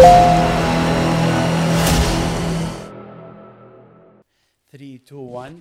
3 2 1.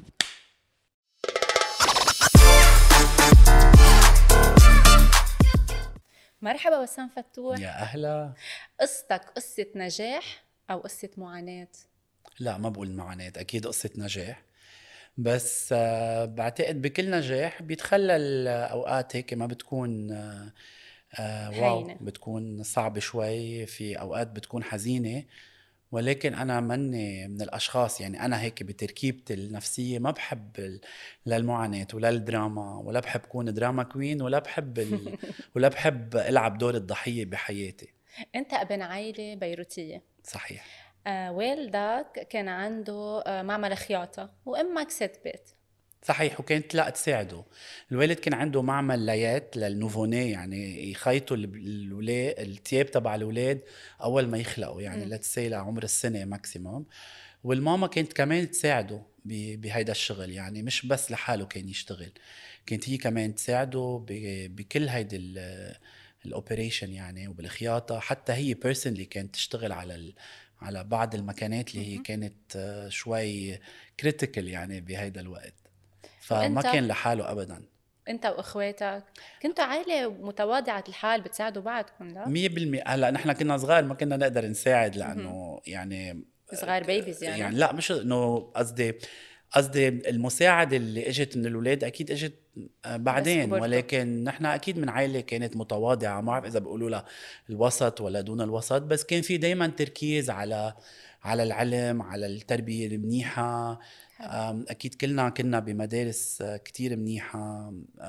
مرحبا وسام فتوح. يا أهلا. قصتك قصة نجاح أو قصة معاناة؟ لا، ما بقول معاناة، أكيد قصة نجاح. بس بعتقد بكل نجاح بيتخلل أوقات هيك ما بتكون واو، هينة. بتكون صعبة شوي، في أوقات بتكون حزينة. ولكن أنا مني من الأشخاص، يعني أنا هيك بتركيبتي النفسية ما بحب لا المعاناة ولا الدراما، ولا بحب كون دراما كوين، ولا بحب ألعب دور الضحية بحياتي. أنت ابن عائلة بيروتية. صحيح. والدك كان عنده معمل خياطة، وأمك ست بيت. صحيح، وكانت لا تساعده. الوالد كان عنده معمل ليات للنوفوني، يعني يخيطوا الولاد التياب تبع الولاد اول ما يخلقوا، يعني لتسي لعمر السنه ماكسيموم. والماما كانت كمان تساعده بهيدا الشغل، يعني مش بس لحاله كان يشتغل، كانت هي كمان تساعده بكل هيدا الاوبريشن يعني، وبالخياطه. حتى هي بيرسونلي كانت تشتغل على بعض المكانات اللي هي كانت شوي كريتيكال يعني بهيدا الوقت. فما وأنت كان لحاله ابدا. أنت وإخواتك كنتوا عائلة متواضعة الحال، بتساعدوا بعضكم؟ لا 100%. هلا نحن كنا صغار ما كنا نقدر نساعد، مهم. لانه يعني صغار بيبيز يعني. يعني لا، مش انه قصدي المساعدة اللي اجت من الولاد اكيد اجت بس بعدين. كبرتوا. ولكن نحن اكيد من عائلة كانت متواضعة، ما بعرف اذا بيقولوا لها الوسط ولا دون الوسط، بس كان في دايما تركيز على العلم، على التربية المنيحة. حلو. اكيد كلنا كنا بمدارس كتير منيحة،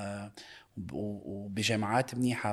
وبجامعات منيحة.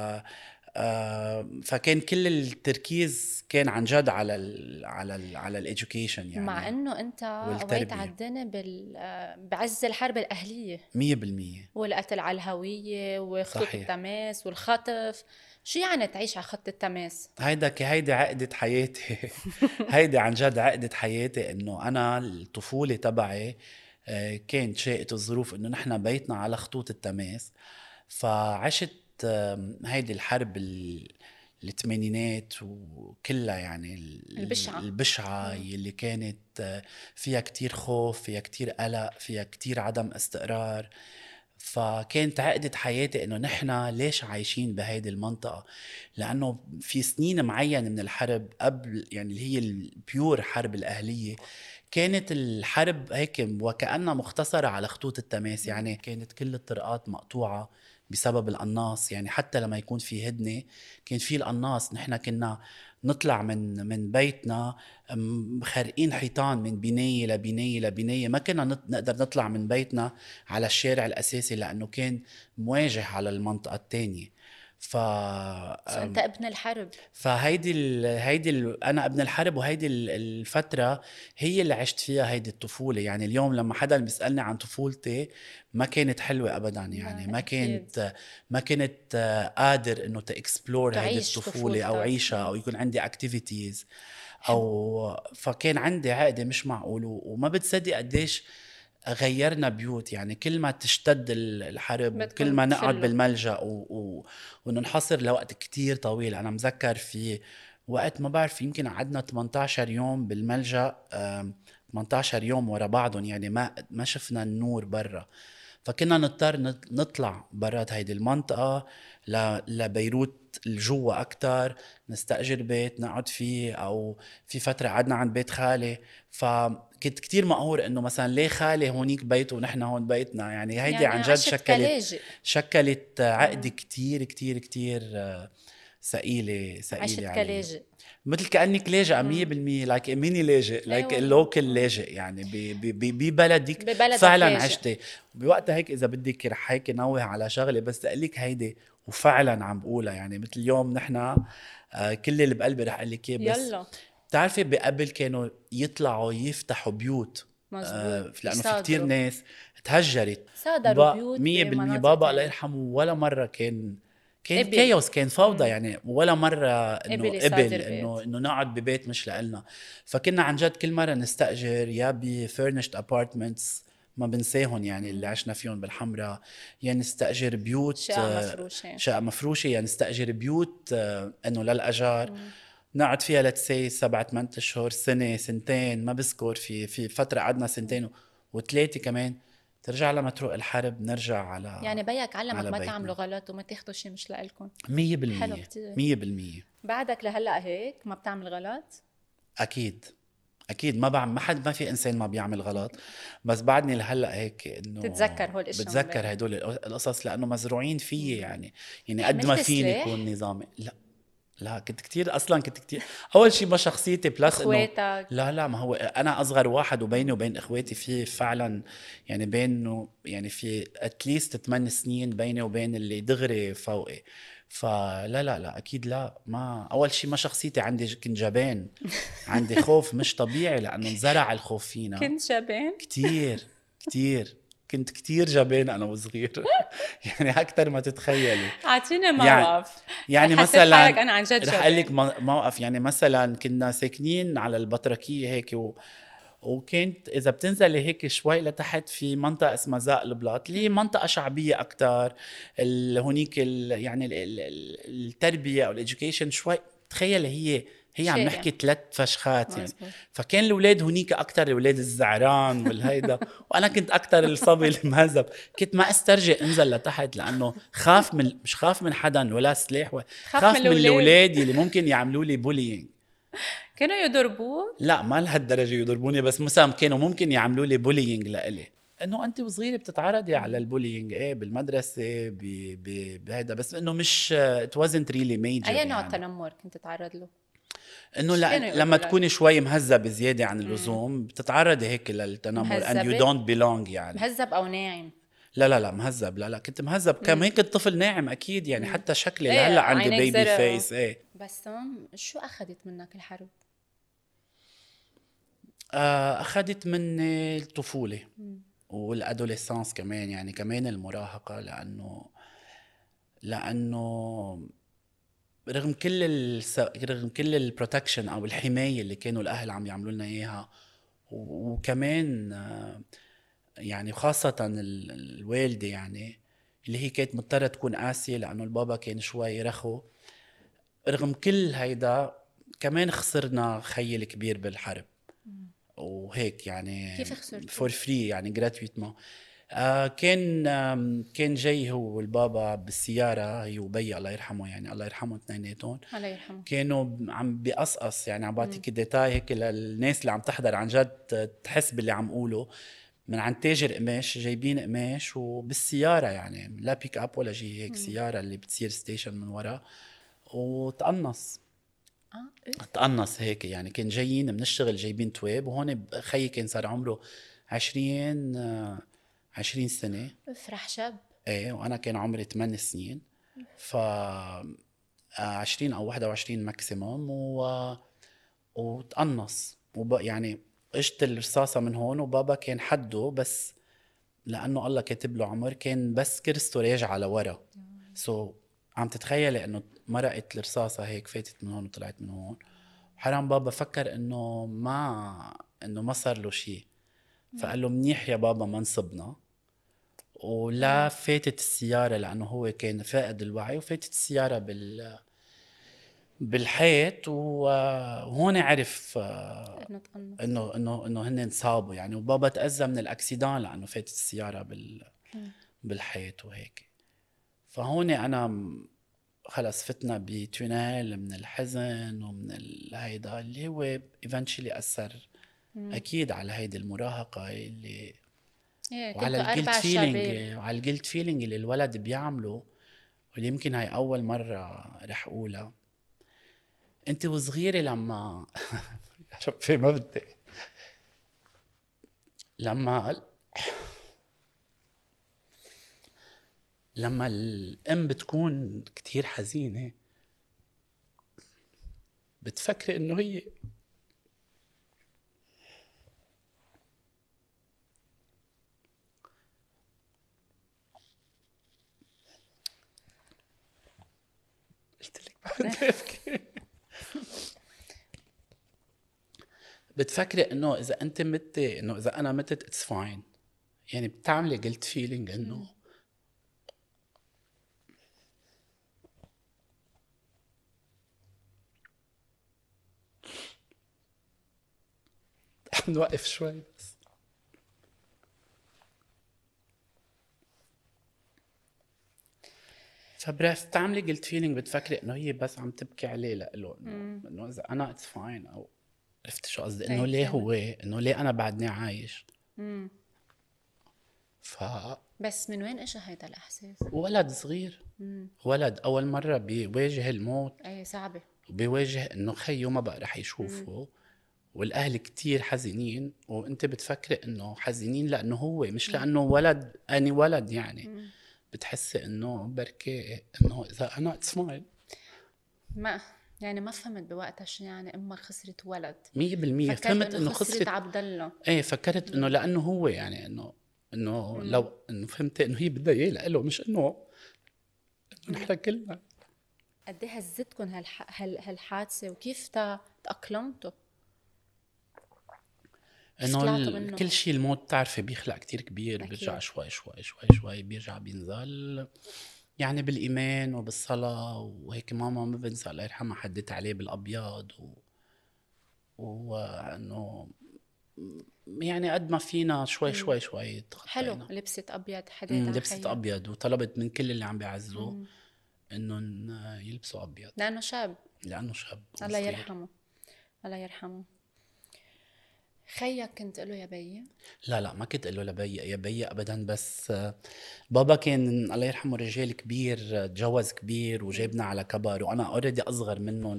فكان كل التركيز كان عن جد على الاديوكيشن مع يعني، إنه أنت وعيت على والتربية. الدنيا بعز الحرب الأهلية 100%. والقتل على الهوية وخطوط صحيح. التماس والخطف. شو يعني تعيش على خط التماس؟ هيدي عقدة حياتي. هيدي عن جد عقدة حياتي، انه انا الطفولة تبعي كانت شاءت الظروف انه نحن بيتنا على خطوط التماس. فعشت هيدي الحرب الثمانينات وكلها، يعني البشعة. البشعة اللي كانت فيها كتير خوف، فيها كتير قلق، فيها كتير عدم استقرار. فكانت عقدة حياتي انه نحن ليش عايشين بهيدي المنطقة، لانه في سنين معينة من الحرب قبل، يعني اللي هي البيور حرب الاهلية، كانت الحرب هيك وكأنها مختصرة على خطوط التماس. يعني كانت كل الطرقات مقطوعة بسبب القناص، يعني حتى لما يكون في هدنة كان في القناص. نحن كنا نطلع من بيتنا خارقين حيطان من بناية لبناية لبناية، ما كنا نقدر نطلع من بيتنا على الشارع الأساسي، لأنه كان مواجه على المنطقة التانية. ف أنت ابن الحرب. انا ابن الحرب، وهيدي الفتره هي اللي عشت فيها هيدي الطفوله. يعني اليوم لما حدا بيسالني عن طفولتي ما كانت حلوه ابدا، يعني لا أكيد. ما كنت قادر انه تاكسبلور هيدي تعيش الطفوله، او طفولتك. عيشها، او يكون عندي اكتيفيتيز، حب. او فكان عندي عقده مش معقول. وما بتصدق قديش غيرنا بيوت، يعني كل ما تشتد الحرب، وكل بدكم ما نقعد تفلوا. بالملجأ وننحصر لوقت كتير طويل. أنا مذكر في وقت ما بعرف يمكن قعدنا 18 يوم بالملجأ، 18 يوم ورا بعضهم، يعني ما شفنا النور برا. فكنا نضطر نطلع برات هيدي المنطقة لبيروت الجوا أكتر، نستأجر بيت نقعد فيه، أو في فترة قعدنا عند بيت خالي. فكنت كتير مقهور إنه مثلا ليه خالي هونيك بيته ونحن هون بيتنا. يعني هيدي يعني عن جد عشت كلاجئ. شكلت عقد كتير كتير كتير ثقيلة عشت علي. كلاجئ. مثل كأنك لاجئة 100%، لايك ميني لاجئ، اي لايك والله. اللوكل لاجئ، يعني ببلدك ببلدك فعلا لاجئ. عشتي. بوقتها هيك إذا بدك رح هيك نوه على شغلة بس أقلك هيدي، وفعلا عم بقولها. يعني مثل اليوم نحن كل اللي بقلبي رح أقلك إياه. بس يلا. بتعرفي بقبل كانوا يطلعوا يفتحوا بيوت، مزبوط. لأنه في كتير يصادروا. ناس تهجرت. صادروا بيوت 100% بمناطق بابا الله تانية. يرحمه ولا مرة كان قبل. كايوس، كان فوضى، يعني ولا مرة انه قبل قبل يصادر بيت. انه نقعد ببيت مش لإلنا. فكنا عن جد كل مرة نستأجر يا بفيرنشد ابارتمنتس، ما بنساهم يعني اللي عشنا فيهم بالحمراء، يعني نستأجر بيوت شقق مفروشة. شقق مفروشة، يعني نستأجر بيوت انه للأجار. نقعد فيها لتسي 7-8 اشهر، سنه سنتين، ما بذكر، في فتره قعدنا سنتين وثلاثه كمان، ترجع لما تروق الحرب نرجع يعني بيك علمك على ما تعملوا بيتنا. غلط وما تاخدوا شيء مش لإلكم. 100%. حلو كتير. 100%. بعدك لهلا هيك ما بتعمل غلط؟ اكيد. اكيد ما بعمل، ما في انسان ما بيعمل غلط، بس بعدني لهلا هيك انه تتذكر هول الاشياء من بتذكر بعد. هدول القصص لانه مزروعين فيي يعني. يعني قد ما حملت فيني كون سلاح؟ نظامي، لا لا كنت كتير، اصلا كنت كتير. اول شيء ما شخصيتي، بلس انه اخواتك؟ لا لا، ما هو انا اصغر واحد، وبيني وبين اخواتي في فعلا يعني بينه يعني في اتليست 8 سنين بيني وبين اللي دغري فوقي. فلا لا لا اكيد لا. ما اول شيء ما شخصيتي، عندي كنت جبان، عندي خوف مش طبيعي لانه انزرع الخوف فينا كنت شبان؟ كتير كتير. كنت كتير جبان انا وصغير يعني اكثر ما تتخيلي. اعطيني يعني موقف يعني حسيت حالك مثلا انا عن جد رح اقول لك جبان. موقف. يعني مثلا كنا ساكنين على البطركيه هيك وكانت اذا بتنزلي هيك شوي لتحت في منطقه اسمها زاق البلاط، اللي هي منطقه شعبيه اكثر. هونيك يعني التربيه او الاديوكيشن شوي، تخيلي هي عم شارع. نحكي 3 فشخات يعني. مزبوط. فكان الاولاد هونيك اكثر الاولاد الزعران والهيدا وانا كنت اكثر الصبي المهذب. كنت ما استرجي انزل لتحت لانه خاف من، مش خاف من حدا ولا سلاح خاف من خاف من الاولاد. الاولاد اللي ممكن يعملوا لي بولينج. كانوا يضربوك؟ لا ما لهالدرجه يضربوني، بس مثلا كانوا ممكن يعملوا لي بولينج لإلي، انه انت وصغيره بتتعرضي على البولينج ايه بالمدرسه بهيدا، بس انه مش it wasn't really major اي نوع يعني. تنمر كنت تتعرض له؟ انه شو كانوا لما يقولوا لك؟ تكوني شوي مهذبه زياده عن اللزوم بتتعرضي هيك للتنمر and you مهذبه؟ don't belong يعني. مهذب او ناعم؟ لا لا لا مهذب، لا لا كنت مهذب كمان، كنت طفل ناعم اكيد يعني، حتى شكلي ايه لهلا عندي عينيك بيبي زرقاء. فيس ايه. بسام، شو اخذت منك الحرب؟ اخذت مني الطفوله والادوليسانس كمان، يعني كمان المراهقه، لانه رغم كل البروتكشن او الحمايه اللي كانوا الاهل عم يعملوا لنا اياها، وكمان يعني خاصه الوالده يعني، اللي هي كانت مضطره تكون قاسيه لانه البابا كان شوي رخو. رغم كل هيدا كمان خسرنا خيي الكبير بالحرب وهيك يعني كيف خسرتوا؟ فور فري يعني جراتويتمون. كان جاي هو والبابا بالسيارة، هي وبي الله يرحمه، يعني الله يرحمه اثنيناتهم. الله يرحمه. كانوا عم بيقصقص يعني، عم بعطيك ديتاي هيك للناس اللي عم تحضر عن جد تحس باللي عم قوله. من عند تاجر قماش جايبين قماش وبالسيارة، يعني لا بيك اب ولا شيء، هيك سيارة اللي بتصير ستيشن من ورا، وتقنص. إيه؟ تقنص هيك يعني. كان جايين من الشغل جايبين تواب، وهون خيي كان صار عمره 20 سنة. افرح شاب. ايه وانا كان عمري 8 سنين. ف 20 او 21 ماكسيموم وتقنص يعني اجت الرصاصة من هون، وبابا كان حده، بس لانه الله كاتب له عمر كان بس كرسته راجعة لورا. عم تتخيلي انه مرقت الرصاصة هيك، فاتت من هون وطلعت من هون. حرام بابا فكر انه ما صار له شيء، فقال له منيح يا بابا ما نصبنا. ولا فاتت السيارة لأنه هو كان فاقد الوعي، وفاتت السيارة بالحيط، وهون عرف انه تقنص. انه هن انصابوا يعني. وبابا تأذى من الاكسيدان لأنه فاتت السيارة بالحيط وهيك. فهون أنا خلص فتنا بتونيل من الحزن ومن هيدا اللي هو eventually أثر أكيد على هيدي المراهقة اللي، ايه وعلى كنتوا الجلد 4 شباب. فيلينج، وعلى الجلد فيلينج اللي الولد بيعمله، واللي يمكن هاي أول مرة رح أقولها. أنت وصغيرة لما ربي ما بدي، لما الأم بتكون كتير حزينة بتفكري إنه هي قلت لك ما بدي أبكي. بتفكري إنه إذا أنت متي، إنه إذا أنا متت it's fine، يعني بتعملي guilt feeling إنه نوقف شوي بس. فبريف بتعملي جلد فيلينج، بتفكري انه هي بس عم تبكي عليه لإله، انه اذا انا اتس فاين، او عرفت شو قصدي، انه ليه هو، انه ليه انا بعدني عايش. ف بس من وين اجى هيدا الاحساس؟ ولد صغير، ولد اول مره بيواجه الموت، اي صعبه، وبيواجه انه خيو ما بقى رح يشوفه، والاهل كتير حزينين، وانت بتفكري انه حزينين لانه هو، مش لانه ولد، اني ولد يعني. بتحسي انه بركي انه اذا انا اتسمعي ما يعني ما فهمت بوقتها شو يعني امك خسرت ولد. 100% فهمت انه خسرت عبد الله. ايه فكرت انه لانه هو يعني انه لو انه فهمت انه هي بدها اياه له، مش انه نحن كلنا. قد ايه هزتكم هالحادثه، وكيف تأقلمتوا؟ انه كل شيء الموت بتعرفي بيخلق كتير كبير، بيرجع شوي شوي شوي شوي، بيرجع بينزل يعني بالايمان وبالصلاه وهيك. ماما ما بنسى الله يرحمها حدت عليه بالابيض وانه يعني قد ما فينا شوي شوي شوي تخطينا. حلو، لبست ابيض، حديت على لبست ابيض، وطلبت من كل اللي عم بيعزوه انه يلبسوا ابيض لانه شاب. الله يرحمه، الله يرحمه. خيك كنت قله يا بيي؟ لا ما كنت قله لبي يا بي ابدا، بس بابا كان الله يرحمه رجال كبير، تجوز كبير وجابنا على كبر، وانا اوريدي اصغر منهم.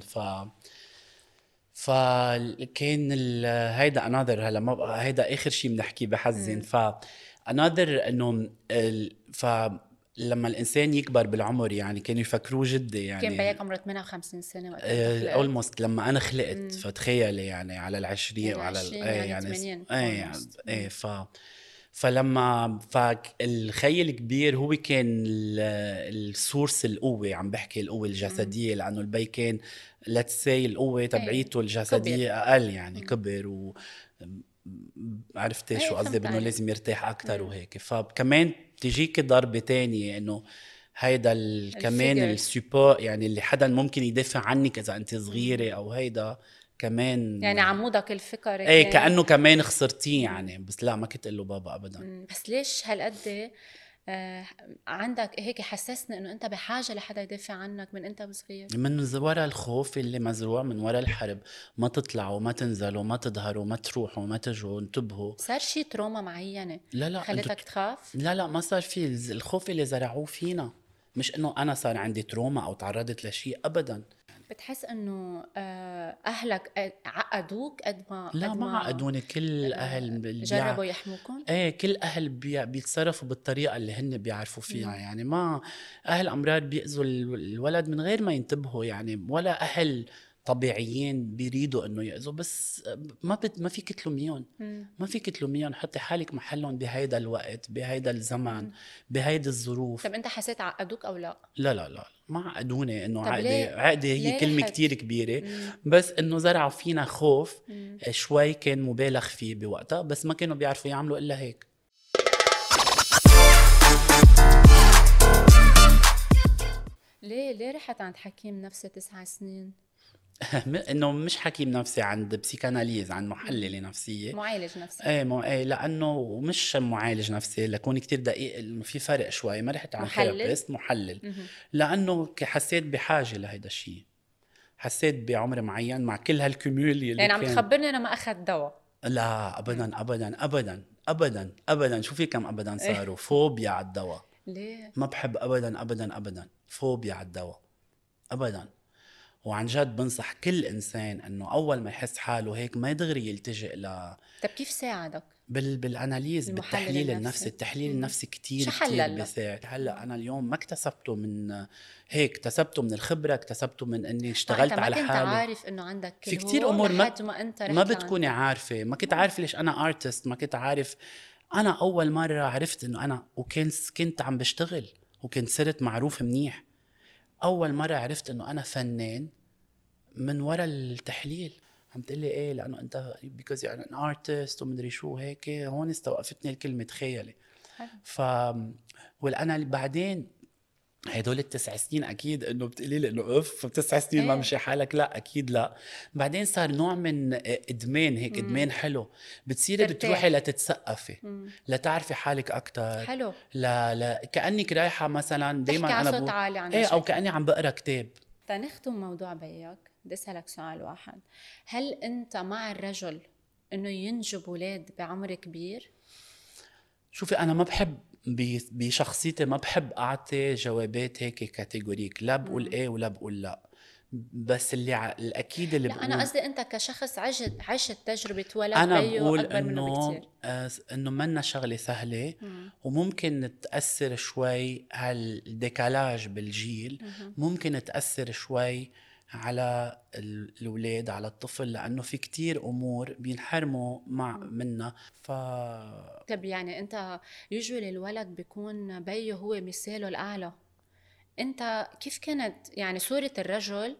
فكان هيدا انذر، هلا ما هيدا اخر شيء بنحكي بحزن. انذر انه لما الانسان يكبر بالعمر، يعني كانوا يفكروه جدي، يعني كان بيك عمره 58 سنه وقت اولموست لما انا خلقت. فتخيلي يعني على العشرين وعلى يعني 80 يعني فلما فالخي الكبير هو كان السورس القوة، عم بحكي القوة الجسدية، لأنه البي كان let's say القوة تبعيته الجسدية كبر. أقل يعني كبر عرفتي شو قصدي، بأنه لازم يرتاح أكتر وهيك. فكمان تجيك ضربة تانية إنه هيدا كمان السيبور، يعني اللي حدا ممكن يدافع عنك إذا أنت صغيرة أو هيدا كمان، يعني عمودك الفكري. ايه كأنه كمان خسرتيه يعني. بس لا ما كنت قله بابا أبدا. بس ليش هالقد عندك هيك حسسني انه انت بحاجه لحدا يدافع عنك من انت وصغير؟ من ورا الخوف اللي مزروع من ورا الحرب، ما تطلعوا ما تنزلوا ما تظهروا ما تروحوا ما تجوا، انتبهوا. صار شي تروما معينه لا خلتك تخاف؟ لا ما صار في الخوف اللي زرعوه فينا، مش انه انا صار عندي تروما او تعرضت لشيء ابدا. بتحس انه اهلك عقدوك قد ما لا ما عقدوني، كل اهل جربوا يحموكم؟ ايه كل اهل بيتصرفوا بالطريقه اللي هن بيعرفوا فيها. يعني ما اهل امرار بيأذوا الولد من غير ما ينتبهوا يعني، ولا اهل طبيعيين بيريدوا انه يأذوا، بس ما فيك تلوميهم، ما فيك تلوميهم. حطي حالك محلهم بهيدا الوقت بهيدا الزمن بهيدا الظروف. طب انت حسيت عقدوك او لا؟ لا ما عقدوني. انه عقدة هي كلمة كتير كبيرة. بس انه زرعوا فينا خوف شوي كان مبالغ فيه بوقتها، بس ما كانوا بيعرفوا يعملوا الا هيك. ليه رحت عند حكيم نفسي 9 سنين؟ انه مش حكيم نفسي، عند بسيكاناليز، عند محلله نفسيه، معالج نفسي. ايه لانه مش معالج نفسي، لكون كتير دقيق انه في فرق شوي. ما رحت عند ثيرابيست، محلل. لانه حسيت بحاجه لهيدا الشيء، حسيت بعمر معين مع كل هالكمول اللي يعني عم تخبرني انا ما اخذت دواء؟ لا ابدا شو في كم ابدا صاروا فوبيا على الدواء. ليه؟ ما بحب ابدا فوبيا على الدواء ابدا. وعن جد بنصح كل إنسان أنه أول ما يحس حاله هيك ما يدغري يلتجئ طب كيف ساعدك؟ بالاناليز، بالتحليل النفسي. التحليل النفسي كتير بيساعد. هلا انا اليوم ما اكتسبته من هيك، اكتسبته من الخبره، اكتسبته من اني اشتغلت على حالي. ما كنت عارف انه عندك في كتير امور ما بتكوني عارفه. ما كنت عارف ليش انا ارتست، ما كنت عارف. انا اول مره عرفت انه انا كنت عم بشتغل وكنت صرت معروف منيح. اول مره عرفت انه انا فنان من وراء التحليل. عم تقلي ايه لانه انت because you're an artist ومدري شو هيك. هون استوقفتني الكلمه تخيلي. وانا بعدين هدول التسع سنين اكيد انه بتقولي لي انه اوف 9 سنين ما مشي حالك، لا اكيد لا. بعدين صار نوع من ادمان، هيك ادمان حلو، بتصيري بتروحي لتتثقفي، لتعرفي حالك اكثر. حلو. لا كانك رايحه مثلا تحكي دائما على انا صوت عالي عن ايه، او مشاكل. كاني عم بقرا كتاب. تنختم موضوع بيك، بدي اسالك سؤال واحد، هل انت مع الرجل انه ينجب اولاد بعمر كبير؟ شوفي انا ما بحب بشخصيتي ما بحب اعطي جوابات هيك كاتيجوريك، لا بقول ايه ولا بقول لا، بس الاكيد اللي لا بقول، انا قصدي انت كشخص عشت تجربه ولد انا بيو بقول اكبر منه انه بكتير. انه منا شغله سهله، وممكن تاثر شوي هالديكالاج بالجيل، ممكن تاثر شوي على الاولاد، على الطفل، لانه في كتير امور بينحرموا منا. طب يعني انت يوجوالي الولد بيكون بيو هو مثاله الاعلى، انت كيف كانت يعني صورة الرجل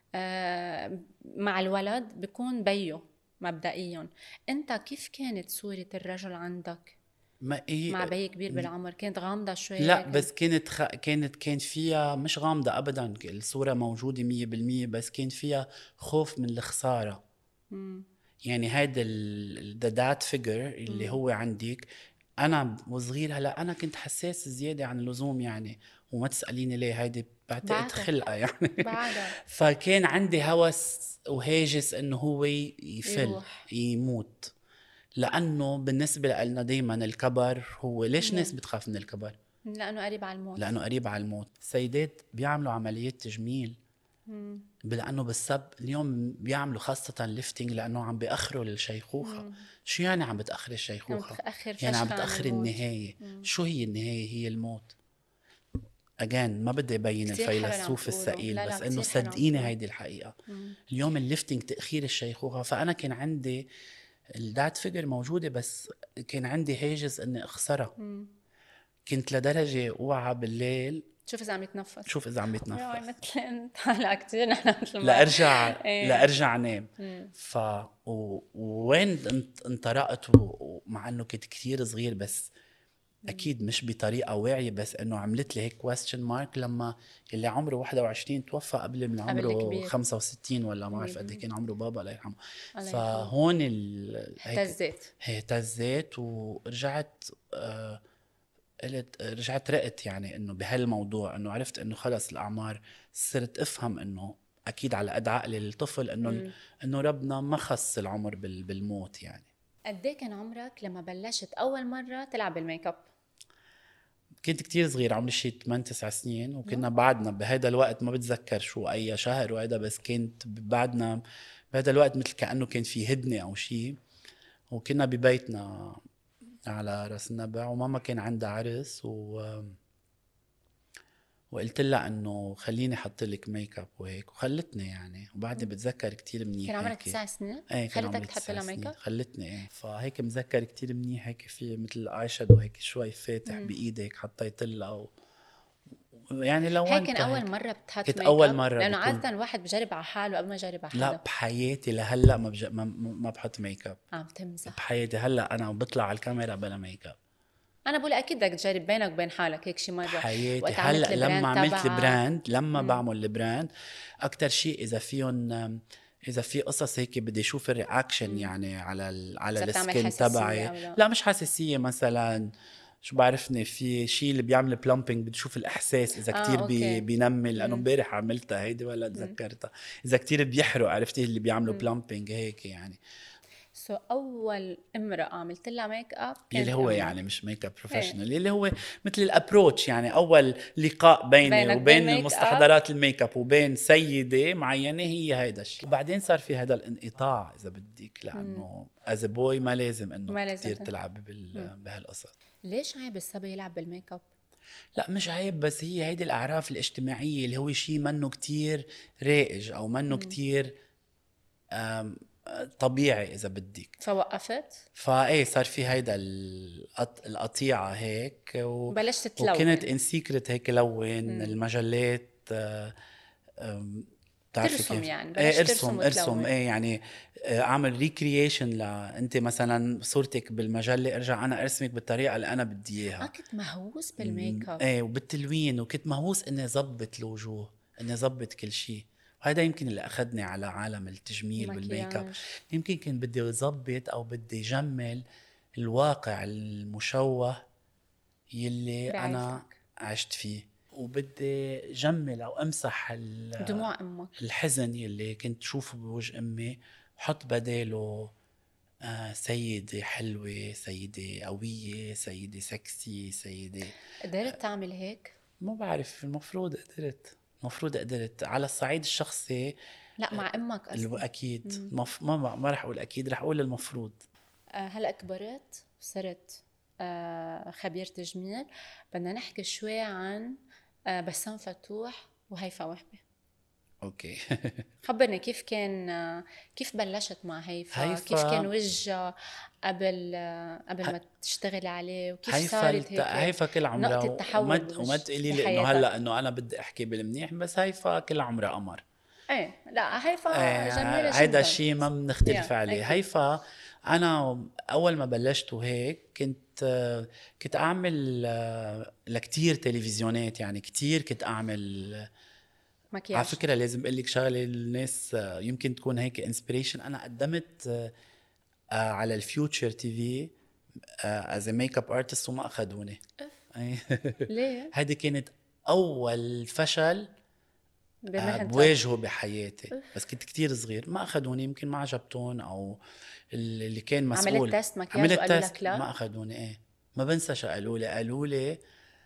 مع الولد بيكون بيو مبدئيا، انت كيف كانت صورة الرجل عندك ما هي مع بي كبير بالعمر؟ كانت غامضة شوي لا، هيك؟ بس كانت فيها مش غامضة أبدا، الصورة موجودة 100%، بس كان فيها خوف من الخسارة. يعني هيدا the dad figure اللي هو عندك. أنا وصغير هلا أنا كنت حساس زيادة عن اللزوم يعني، وما تسأليني ليه، هيدي بعتقد خلقة يعني. بعدها فكان عندي هوس وهاجس إنه هو يروح يموت، لأنه بالنسبة لنا دايما الكبر هو ليش ناس بتخاف من الكبر؟ لأنه قريب على الموت. لأنه قريب على الموت. السيدات بيعملوا عمليات تجميل لأنه بالسب اليوم بيعملوا خاصة ليفتنج لأنه عم بيأخروا للشيخوخة. شو يعني عم بتأخر الشيخوخة؟ يعني عم بتأخر النهاية. شو هي النهاية؟ هي الموت. أجان ما بدي أبين الفيلسوف الثقيل، بس إنه صدقيني هيدي الحقيقة. اليوم الليفتنج تأخير الشيخوخة. فأنا كان عندي الدات فيجر موجودة، بس كان عندي هاجس إني أخسرها. كنت لدرجة أوعى بالليل شوف إذا عم يتنفس، شوف إذا عم يتنفس، مثل أنت هلا كتير نحن مثل ما لأرجع نام. وين انطرقت مع إنه كنت كتير صغير، بس أكيد مش بطريقة واعية، بس إنه عملت لي هيك question mark لما اللي عمره 21 توفى قبل من عمره 65 ولا ما بعرف قد كان عمره بابا الله يرحمه. فهون اهتزيت ورجعت رجعت رقت يعني انه بهالموضوع، انه عرفت انه خلص الاعمار، صرت افهم انه اكيد على قد عقل الطفل انه ربنا ما خص العمر بالموت يعني. قد ايه كان عمرك لما بلشت اول مره تلعب بالميك اب؟ كنت كتير صغير، عمري شي 8-9 سنين، وكنا بعدنا بهذا الوقت ما بتذكر شو اي شهر وهذا، بس كنت بعدنا بهذا الوقت مثل كأنه كان في هدنة او شي، وكنا ببيتنا على راس النبع، وماما كان عندها عرس وقلت لها انه خليني احط لك ميك اب وهيك، وخلتني يعني، وبعدني بتذكر كتير منيح. كان عمرك 9 سنين؟ ايه كان خلتك تحط لها ميك اب؟ خلتني ايه. فهيك متذكر كتير منيح، هيك في مثل اي شادو هيك شوي فاتح بايدك حطيت لها يعني لو هيك كان اول مره بتحط ميك اب؟ اول مره، لانه عاده الواحد بجرب على حاله قبل ما يجرب على حدا. لا بحياتي لهلا ما بحط ميك اب. عم تمزح؟ بحياتي هلا انا بطلع على الكاميرا بلا ميك اب. انا بقول اكيد بدك تجرب بينك وبين حالك هيك شي مره. بحياتي هلا لما عملت البراند، لما بعمل البراند اكتر شيء اذا في قصص هيك بدي اشوف الرياكشن يعني على السكين تبعي. لا مش حساسيه، مثلا شو بعرفني في شيء اللي بيعمل بلامبينج بدي اشوف الاحساس اذا كتير بينمي، لانه امبارح عملتها هيدي ولا تذكرتها. اذا كتير بيحرق، عرفتي اللي بيعملوا بلامبينج هيك يعني. اول امراه عملت لها ميك اب اللي هو يعني مش ميك اب بروفيشنال، اللي هو مثل الابروتش يعني، اول لقاء بيني وبين المستحضرات الميك اب وبين سيده معينه، هي هيدا الشيء. وبعدين صار في هذا الانقطاع اذا بدك، لانه از بوي ما لازم انه كثير تلعب بهالقصص. ليش عيب الصبي يلعب بالميك اب؟ لا مش عيب، بس هي هيدي الاعراف الاجتماعيه اللي هو شيء منه كتير رائج او منه كتير طبيعي اذا بدك. فوقفت؟ فايه صار في هيدا القطيعه هيك بلشت تلون، وكنت ان سيكرت هيك لون المجلات بتعرفي ترسم كيف؟ يعني ايه بلشت ترسم ارسم وتلون. ايه يعني. اعمل ريكرييشن انت مثلا صورتك بالمجله، ارجع انا ارسمك بالطريقه اللي انا بدي اياها. كنت مهووس بالميك اب. ايه وبالتلوين، وكنت مهووس اني ظبط الوجوه، اني ظبط كل شيء. وهذا يمكن اللي اخذني على عالم التجميل والميك اب. المكياج. يمكن كنت بدي اظبط او بدي جمل الواقع المشوه يلي انا بعرفك. عشت فيه، وبدي جمل او امسح دموع امك. الحزن يلي كنت شوفه بوجه امي، وحط بداله سيدة حلوة، سيدة قوية، سيدة سكسي، سيدة. قدرت تعمل هيك؟ ما بعرف، المفروض قدرت على الصعيد الشخصي. لا مع امك قصدي. اكيد مم. ما رح اقول اكيد، رح اقول المفروض. هلا كبرت صرت خبير تجميل. بدنا نحكي شوي عن بسام فتوح وهيفا وهبي. اوكي. خبرني كيف كان، كيف بلشت مع هيفا، كيف كان هيفا وجهها قبل ما تشتغلي عليه، وكيف هيفا صارت هيك هيفا كل نقطة عمرها، تحول وما تقولي لي انه بحياتها. هلا انه انا بدي احكي بالمنيح، بس هيفا كل عمرها قمر. ايه لا هيفا جميلة هيدا جدا. الشيء ما بنختلف يا عليه. اكيد. هيفا انا اول ما بلشت وهيك كنت اعمل لكتير تلفزيونات، يعني كتير كنت اعمل. على مكياج. فكرة لازم اقول لك شغلة، الناس يمكن تكون هيك انسبيريشن. انا قدمت على الفيوتشر تي في از ميك اب ارتست وما اخذوني. ليه؟ هيدي كانت اول فشل بمهنتك. بواجهه بحياتي، بس كنت كتير صغير، ما اخذوني. يمكن ما عجبتون، او اللي كان عملت مسؤول. تيست مكياج عملت وقالوا تيست لك لا؟ ما اخذوني. ايه ما بنسى شو قالوا لي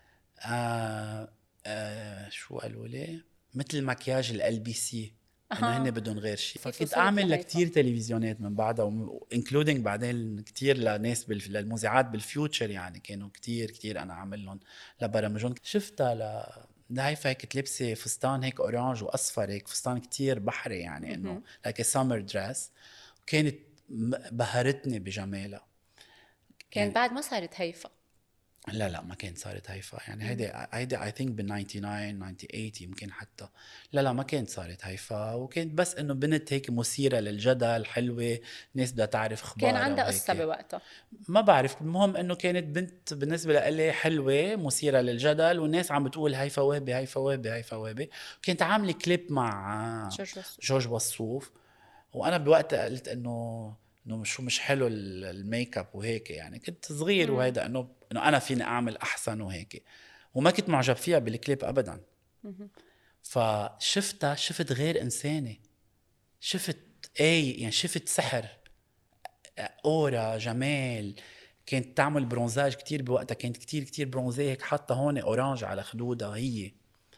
شو قالوا لي، مثل مكياج الLBC، انه هن اها. بدهم غير شيء. كيف فكنت وصلت اعمل لهيفا؟ لكتير تلفزيونات من بعدها، انكلودينج بعدين كتير لناس للمذيعات بالفيوتشر، يعني كانوا كتير انا عامل لهم لبرامجهم. شفتها هيفا هيك تلبسي فستان هيك اورانج واصفر، هيك فستان كتير بحري، يعني انه لايك سمر دريس. كانت بهرتني بجمالها كان يعني. بعد ما صارت هيفا. لا ما كانت صارت هيفا، يعني هيدي اي ثينك بال 99 98 يمكن حتى. لا ما كانت صارت هيفا، وكانت بس انه بنت هيك مثيره للجدل، حلوه، ناس بدها تعرف كان اخبارها عندها قصة وهيك. بوقتها. ما بعرف، المهم انه كانت بنت بالنسبه لي حلوه مثيره للجدل، والناس عم بتقول هيفا وهبي هيفا وهبي هيفا وهبي. كنت عامله كليب مع جورج وسوف. جورج وسوف، وانا بوقتها قلت انه مش حلو الميك اب وهيك، يعني كنت صغير مم. وهيدا، انه انا فيني اعمل احسن وهيك، وما كنت معجب فيها بالكليب ابدا. فشفتها، شفت غير انسانه، شفت يعني شفت سحر، اورا، جمال. كانت تعمل برونزاج كتير بوقتها، كانت كتير برونزيه هيك، حاطه هون اورانج على خدودها هي.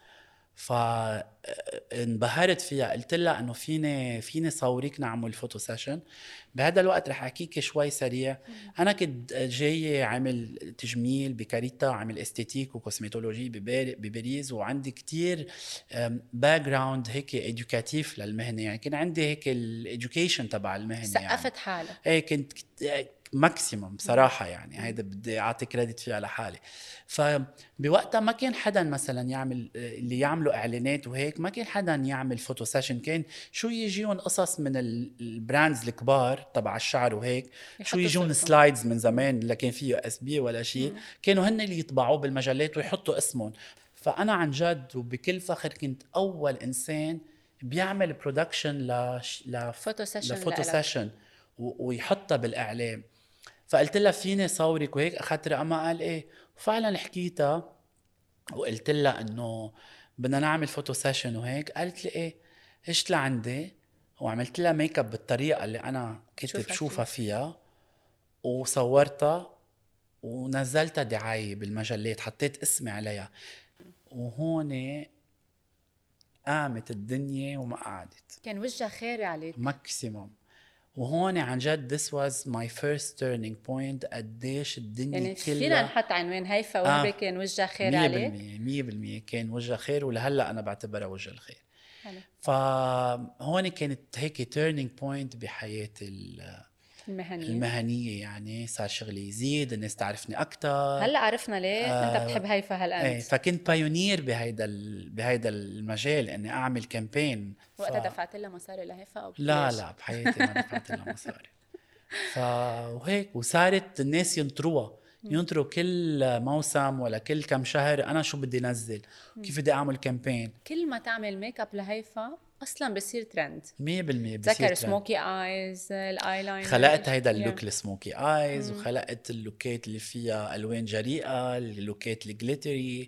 فانبهرت فيها، قلت لها انه فيني صوريك نعمل فوتو سيشن. بهذا الوقت رح احكيك شوي سريع. انا كنت جاي عامل تجميل بكاريتا، عامل استيتيك وكوسميتولوجي بباريس، وعندي كتير باك جراوند هيك ادوكاتيف للمهنه، يعني كان عندي هيك الاديوكيشن تبع المهنه يعني. سقفت حالك. ايه كنت ماكسيمم بصراحة، يعني هيدا بدي أعطي كريدت فيها لحالي. فبوقتها ما كان حدا مثلا يعمل اللي يعملوا إعلانات وهيك، ما كان حدا يعمل فوتو سيشن. كان شو يجيون قصص من البراندز الكبار تبع الشعر وهيك، شو يحطوا يجون صورته. سلايدز من زمان اللي كان فيه USB ولا شيء، كانوا هن اللي يطبعوه بالمجلات ويحطوا اسمهم. فأنا عن جد وبكل فخر كنت أول إنسان بيعمل برودكشن فوتو سيشن لفوتو لإلك. سيشن ويحطها بالاعلام. فقلت لها فيني صورك وهيك، اخذت رقمها، قال ايه. وفعلا حكيتها وقلت لها انه بدنا نعمل فوتو سيشن وهيك، قالت لي ايه. اجت لعندي وعملت لها ميك اب بالطريقه اللي انا كنت بتشوفها بشوفها فيه. فيها، وصورتها ونزلتها دعاية بالمجلات، حطيت اسمي عليها. وهون قامت الدنيا وما قعدت. كان وجهها خيري عليك. ماكسيموم. وهون عن جد this was my first turning point. قديش الدنيا يعني فينا كلها نحط عنوان هيفا وهبي آه كان وجهها خيري مية عليك. بالمية 100% كان وجه خير، ولهلأ أنا بعتبرها وجه الخير. حلو. فهون كانت هيك turning point بحياة المهنية يعني صار شغلي يزيد، الناس تعرفني أكتر. هلا عرفنا ليه انت بتحب هيفا هالقد. ايه، فكنت بايونير بهيدا المجال اني اعمل كامبين. وقتها دفعت لها مصاري لهيفا او لا لا بحياتي ما دفعت لها مصاري. وهيك وصارت الناس ينطروا كل موسم ولا كل كم شهر انا شو بدي نزل، كيف بدي اعمل كامبين. كل ما تعمل ميك اب لهيفا اصلا بصير ترند 100% بصير تذكر سموكي ايز، الايلاينر. خلقت هيدا اللوك السموكي ايز، وخلقت اللوكات اللي فيها الوان جريئه، اللوكات الجليتري.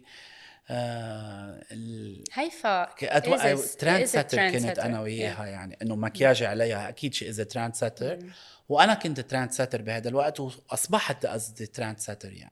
هيفا ترند سيتر كانت انا وياها يعني انه مكياجي عليها اكيد شيء اذا ترند سيتر، وانا كنت ترند سيتر بهذا الوقت واصبحت قصدي ترند سيتر يعني.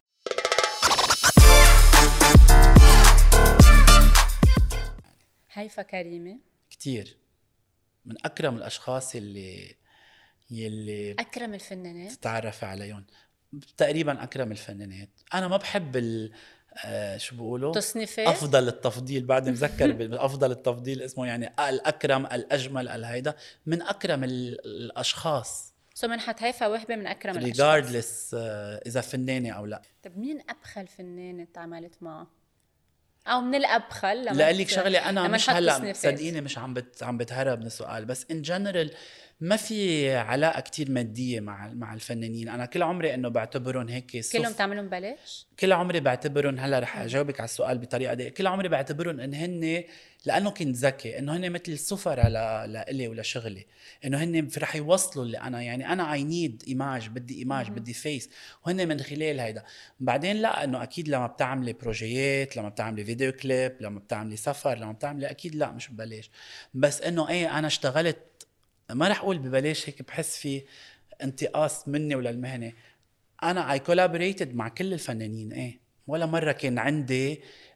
هيفا كريمه كتير من اكرم الاشخاص يلي اكرم الفنانات تتعرف عليهم، تقريبا اكرم الفنانات. انا ما بحب شو بيقولوا تصنيفات، افضل التفضيل، بعد مذكر بافضل التفضيل اسمه يعني الاكرم الاجمل الهيدا، من اكرم الاشخاص. سو منحت هيفا وهبه من اكرم الاشخاص regardless اذا فنانه او لا. طب مين ابخل فنانه تعاملت معه او من الابخل؟ لا لك شغله انا مش هلا صدقيني مش عم بتهرب من السؤال، بس ان جنرال ما في علاقه كتير ماديه مع الفنانين. انا كل عمري انه بعتبرهم هيك كلهم تعملهم ببلاش. كل عمري بعتبرهم، هلا رح اجاوبك على السؤال بطريقه دي، كل عمري بعتبرهم ان هن لانه كنت ذكي انه هن مثل السفر لإلي ولا شغلي، انه هن رح يوصلوا اللي انا يعني انا اي نيد ايماج، بدي ايماج بدي فيس، وهن من خلال هيدا. بعدين لا انه اكيد لما بتعملي بروجيات، لما بتعملي فيديو كليب، لما بتعملي سفر، لما بتعملي اكيد لا مش ببلاش. بس انه ايه انا اشتغلت، ما رح اقول ببلاش، هيك بحس في انتقاص مني ولا المهنه. انا اي كولابوريتد مع كل الفنانين، ايه ولا مره كان عندي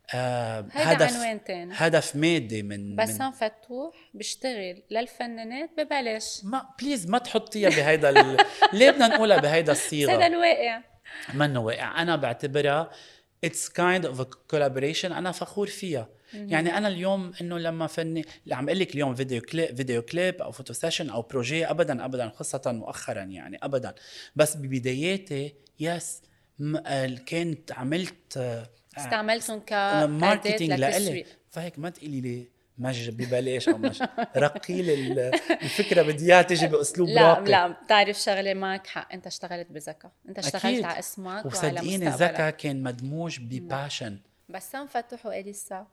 هدف مادي من بسام فتوح بيشتغل للفنانات ببلاش. ما بليز ما تحطيها بهيدا ليه بدنا نقولها بهيدا الصيغه؟ هذا الواقع، منه واقع. انا بعتبرها it's kind of a collaboration انا فخور فيها. يعني انا اليوم انه لما فني اللي عم اقول لك اليوم فيديو كليب او فوتو سيشن او بروجي، ابدا خاصه مؤخرا يعني ابدا، بس ببداياتي يس كنت عملت استعملتهم كماركتينج لإلي. فهيك ما تقولي لي مج ببلاش او مج رقي لي الفكره، بدي اياها تيجي باسلوب راقي. لا بتعرف شغله، معك حق، انت اشتغلت بذكاء، انت اشتغلت أكيد على اسمك وعلى مستقبلك، وصدقيني ذكاء كان مدموج بباشن. بسام فتوح وإليسا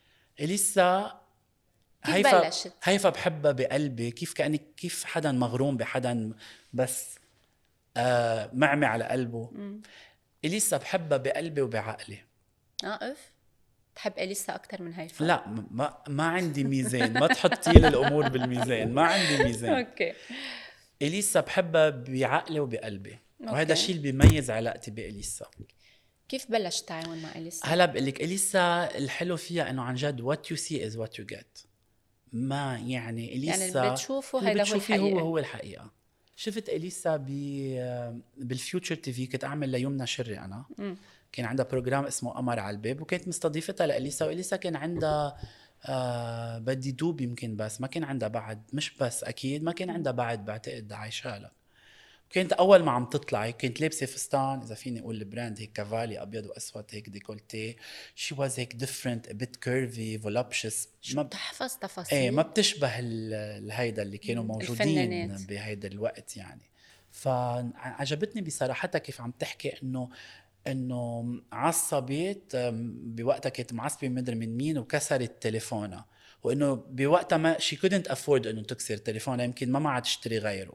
هيفا بحبها بقلبي، كيف حدا مغروم بحدا بس معمي على قلبه. إليسا بحبها بقلبي وبعقلي. اف تحب إليسا أكتر من هيفا؟ لا ما عندي ميزان، ما تحطي لي الأمور بالميزان، ما عندي ميزان. أوكي. إليسا بحبها بعقلي وبقلبي، وهذا الشيء اللي بيميز علاقتي بإليسا. كيف بلشت تعاون مع إليسا؟ هلا بقول لك إليسا الحلو فيها إنه عن جد what you see is what you get. ما يعني إليسا يعني اللي بتشوفه هيدا هو الحقيقة. هو الحقيقة. شفت إليسا بالفيوتشر تي في، كنت أعمل ليمنى شري أنا. كان عندها بروجرام اسمه قمر على الباب، وكانت مستضيفتها لإليسا، وإليسا كان عندها بدي دوب يمكن، بس ما كان عندها بعد، مش بس أكيد ما كان عندها بعد، بعتقد عايشالها. كانت أول ما عم تطلع كانت لابسة فستان، إذا فيني أقول البراند هيك كافالي أبيض وأسود هيك ديكولتي، she was هيك different a bit curvy voluptuous. ما بتحفظ تفاصيل، إيه ما بتشبه الهيدا اللي كانوا موجودين الفنانات بهيدا الوقت يعني. فعجبتني بصراحتها كيف عم تحكي إنه عصبت بوقتها، كانت معصبة مدري من مين وكسرت تليفونها، وإنه بوقتها ما she couldn't afford إنه تكسر تليفونها، يمكن ما معها تشتري غيره.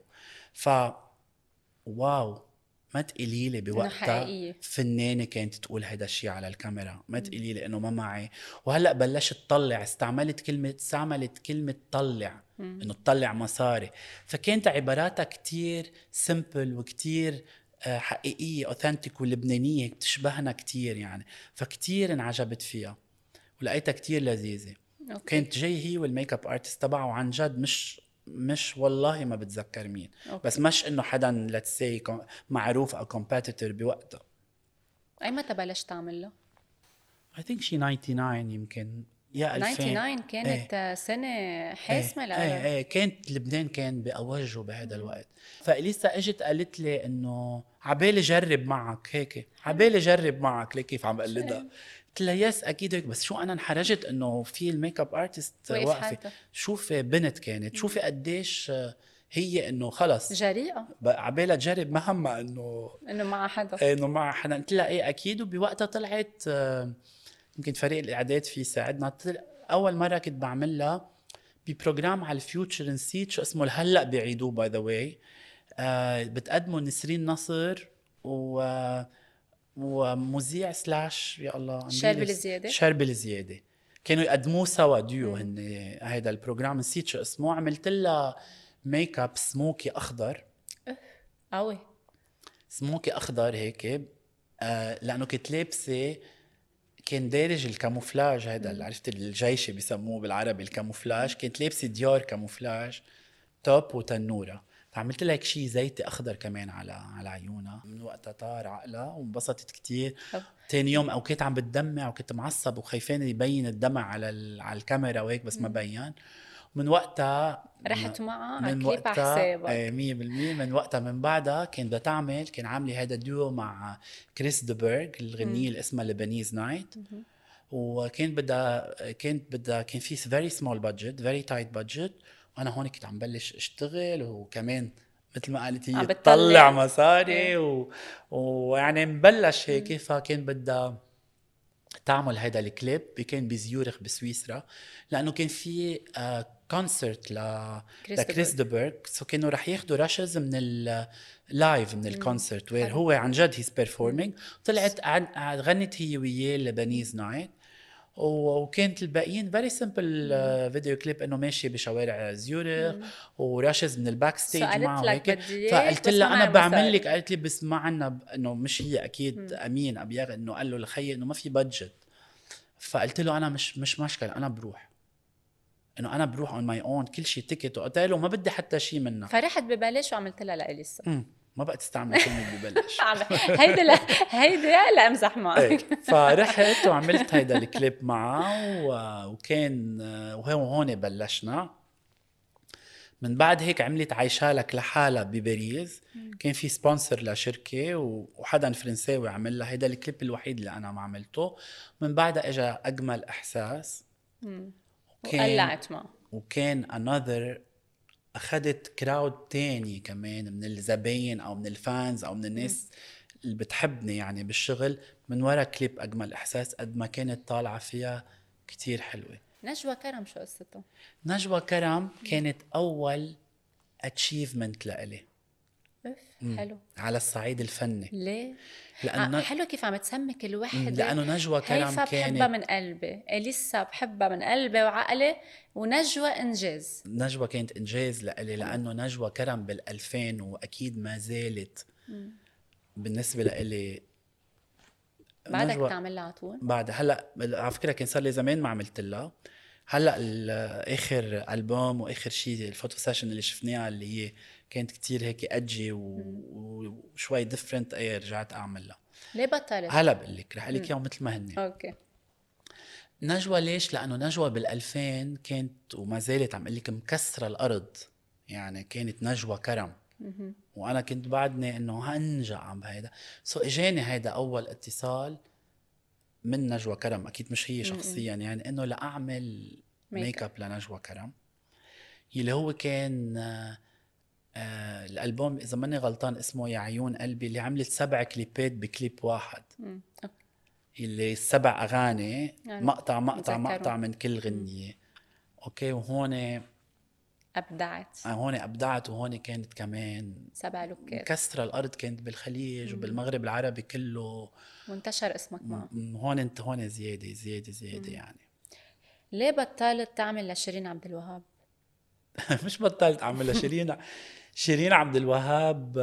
واو، ما تقولي لي بوقتها فنانة كانت تقول هيدا الشيء على الكاميرا، ما تقولي لي انه ما معي. وهلا بلشت تطلع، استعملت كلمة طلع، انه تطلع مصاري. فكانت عباراتها كتير سيمبل وكتير حقيقية اوثنتيك ولبنانية، تشبهنا كتير يعني. فكتير انعجبت فيها ولقيتها كتير لذيذة. كانت جاي هي والميك اب ارتست تبعه، وعن جد مش والله ما بتذكر مين. بس مش انه حدا let's say معروف او competitor بوقتها. اي متى بلشت تعمل له؟ I think she 99 يمكن يا 99 كانت سنة حاسمة لها. ايه كانت لبنان كان بأوجه بهذا الوقت. فإليسا اجت قالت لي انه عبالي جرب معك هيك، عبالي جرب معك ليك كيف عم بقلدها. قلت لها يس اكيد هيك، بس شو انا انحرجت انه في الميك اب ارتست واقفه. شوفي بنت كانت، شوفي قديش هي انه خلص جريئه عبالها تجرب، ما همها انه مع حدا، انه مع حدا. قلت لها ايه اكيد. وبوقتها طلعت يمكن فريق الاعداد فيه ساعدنا. اول مره كنت بعملها ببروجرام على الفيوتشر، نسيت شو اسمه، هلا بيعيدوه باي ذا واي. بتقدموا نسرين نصر ومذيع سلاش يا الله شربل زياده كانوا يقدموه سوا ديو هن هيدا البروجرام، نسيت شو اسمه. عملت لها ميك اب سموكي اخضر قوي، سموكي اخضر هيك لانه كنت لابسه، كان دارج الكاموفلاج هذا اللي عرفت الجيشي بيسموه بالعربي الكاموفلاج. كنت لابسه ديار كاموفلاج توب وتنوره، فعملت لها هيك شيء زيتي اخضر كمان على عيونها. من وقتها طار عقلها وانبسطت كتير. تاني يوم او كنت عم بتدمع وكنت معصب وخايفين يبين الدمع على الكاميرا وهيك، بس ما بين. من وقتها رحت معها على كليب على حسابك 100%. من وقتها من بعدها كان بدها تعمل، كان عامله هذا الديو مع كريس دبرغ الغنية اللي اسمها لبنيز نايت. وكان بدها كان في فيري سمول بادجت، فيري تايت بادجت، وانا هون كنت عم بلش اشتغل، وكمان مثل ما قالت هي تطلع مصاري ويعني مبلش هيك. فكان بدها تعمل هيدا الكليب، كان بزيورخ بسويسرا، لانه كان في كونسرت لكريس دبرغ. سو كانوا رح ياخدوا راشز من اللايف من الكونسرت وير هو عن جد هيز بيرفورمينج. طلعت غنت هي وياه لبنيز نايت، وكانت الباقيين فيري سمبل فيديو كليب انه ماشي بشوارع زيورخ وراشز من الباك ستيج معه هيك. فقلت لها انا بعمل لك، قالت لي بس ما عنا انه مش هي اكيد امين ابيغ انه قال له لخي انه ما في بادجت. فقلت له انا مش مشكله، انا بروح، انه انا بروح اون ماي اون كل شيء تيكت، وقلت له ما بدي حتى شيء منها. فرحت ببلاش وعملت لها لإليسا. ما بقى تستعمل كلمة ببلاش هيدا لا امزح معك. فرحت وعملت هيدا الكليب معه وكان وهون بلشنا. من بعد هيك عملت عايشالك لحالها بباريس. كان في سبونسر لشركة وحدا فرنساوي عمل لها هيدا الكليب الوحيد اللي أنا ما عملته. من بعدها إجا أجمل إحساس وقلعت معه، وكان another أخذت كراود تاني كمان من الزباين أو من الفانز أو من الناس اللي بتحبني يعني بالشغل من وراء كليب أجمل إحساس. قد ما كانت طالعة فيها كتير حلوة. نجوى كرم شو قصته؟ نجوى كرم كانت أول achievement لإلي. حلو على الصعيد الفني. ليه؟ لأنه حلو كيف عم تسمك الوحدة. لأنه نجوى كرم هيفا بحبها من قلبي، إليسا بحبها من قلبي وعقلي، ونجوى إنجاز. نجوى كانت إنجاز لإلي لأنه نجوى كرم بال2000 وأكيد ما زالت بالنسبة لإلي. بعدك تعمل لها عطول؟ بعد هلأ على فكرة كان صار لي زمان ما عملت لها. هلأ آخر ألبوم وآخر شيء الفوتو سيشن اللي شفناها اللي هي كانت كتير هيك أجي وشوي ديفرنت، رجعت أعمل لها. ليه بطلت؟ هلا بقول لك رح لك يوم مثل ما هن. اوكي. نجوى ليش؟ لأنه نجوى بال2000 كانت وما زالت عم اقول لك مكسرة الأرض، يعني كانت نجوى كرم. وأنا كنت بعدني إنه هنجع بهيدا. إجاني هيدا أول اتصال من نجوى كرم، أكيد مش هي شخصيا يعني، إنه لأعمل ميك اب لنجوى كرم، اللي هو كان الألبوم إذا ماني غلطان اسمه يا عيون قلبي، اللي عملت 7 كليبات بكليب واحد. اللي 7 أغاني يعني مقطع من كل غنية. أوكي. وهون أبدعت وهون كانت كمان 7 لوكات كسرة الأرض. كانت بالخليج وبالمغرب العربي كله وانتشر اسمك معه. هون زيادة يعني. ليه بطلت تعمل لشيرين عبد الوهاب؟ مش بطلت أعمل شيرين عبد الوهاب.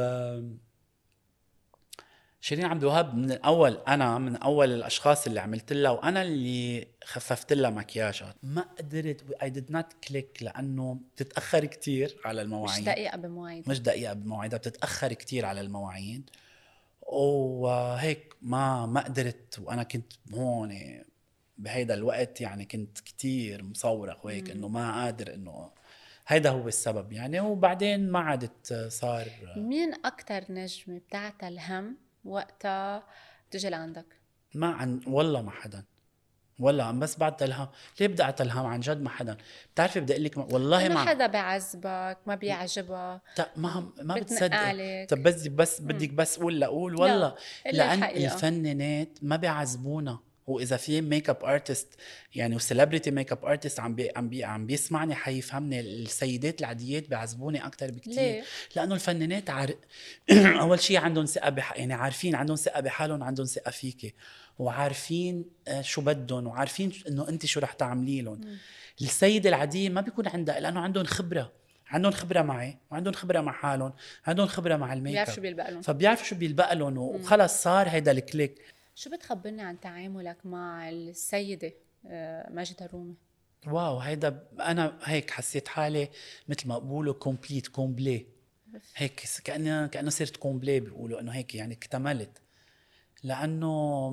شيرين عبد الوهاب أنا من أول الأشخاص اللي عملت لها، وأنا اللي خففت لها مكياجات. ما قدرت I did not click لأنه بتتأخر كتير على المواعيد. مش دقيقة بمواعيدها، بتتأخر كتير على المواعيد. وهيك ما قدرت. وأنا كنت هون بهيدا الوقت يعني كنت كتير مصورة وهيك انه ما قادر انه هيدا هو السبب يعني. وبعدين ما عادت صار. مين أكتر نجمة بتاعت الهم وقتها بتجي لعندك؟ والله ما حدا، والله عم بس بعد الهام. ليه بدي اعطي الهام؟ عن جد ما حدا. بتعرفي بدي اقول لك والله إنه ما حدا بيعذبك، ما بيعجبك، ما بتنق بتصدقي. طب عليك؟ بس بدك بس اقول لاقول لا، والله. قلي لان الحقيقة. الفنانات ما بيعذبونا. واذا في ميك اب ارتست يعني وسيلبرتي ميك اب ارتست عم بيسمعني حيفهمني، السيدات العاديات بيعذبوني اكثر بكتير. ليه؟ لانه الفنانات اول شيء عندهم ثقه يعني عارفين، عندهم ثقه بحالهم، عندهم ثقه فيكي، وعارفين شو بدهم، وعارفين انه انت شو رح تعملي لهم. السيدة العادية ما بيكون عندها، لانه عندهم خبرة، عندهم خبرة معي، وعندهم خبرة مع حالهم، عندهم خبرة مع الميك بيعرف اب، شو بيلبق لهم. فبيعرفوا شو بيلبق لهم، وخلص صار هيدا الكليك. شو بتخبرني عن تعاملك مع السيدة ماجدة الرومي؟ واو، هيدا انا هيك حسيت حالي مثل ما بقولوا كومبليت كومبلي، هيك كأنه صرت كومبلي، بيقولوا انه هيك يعني اكتملت. لانه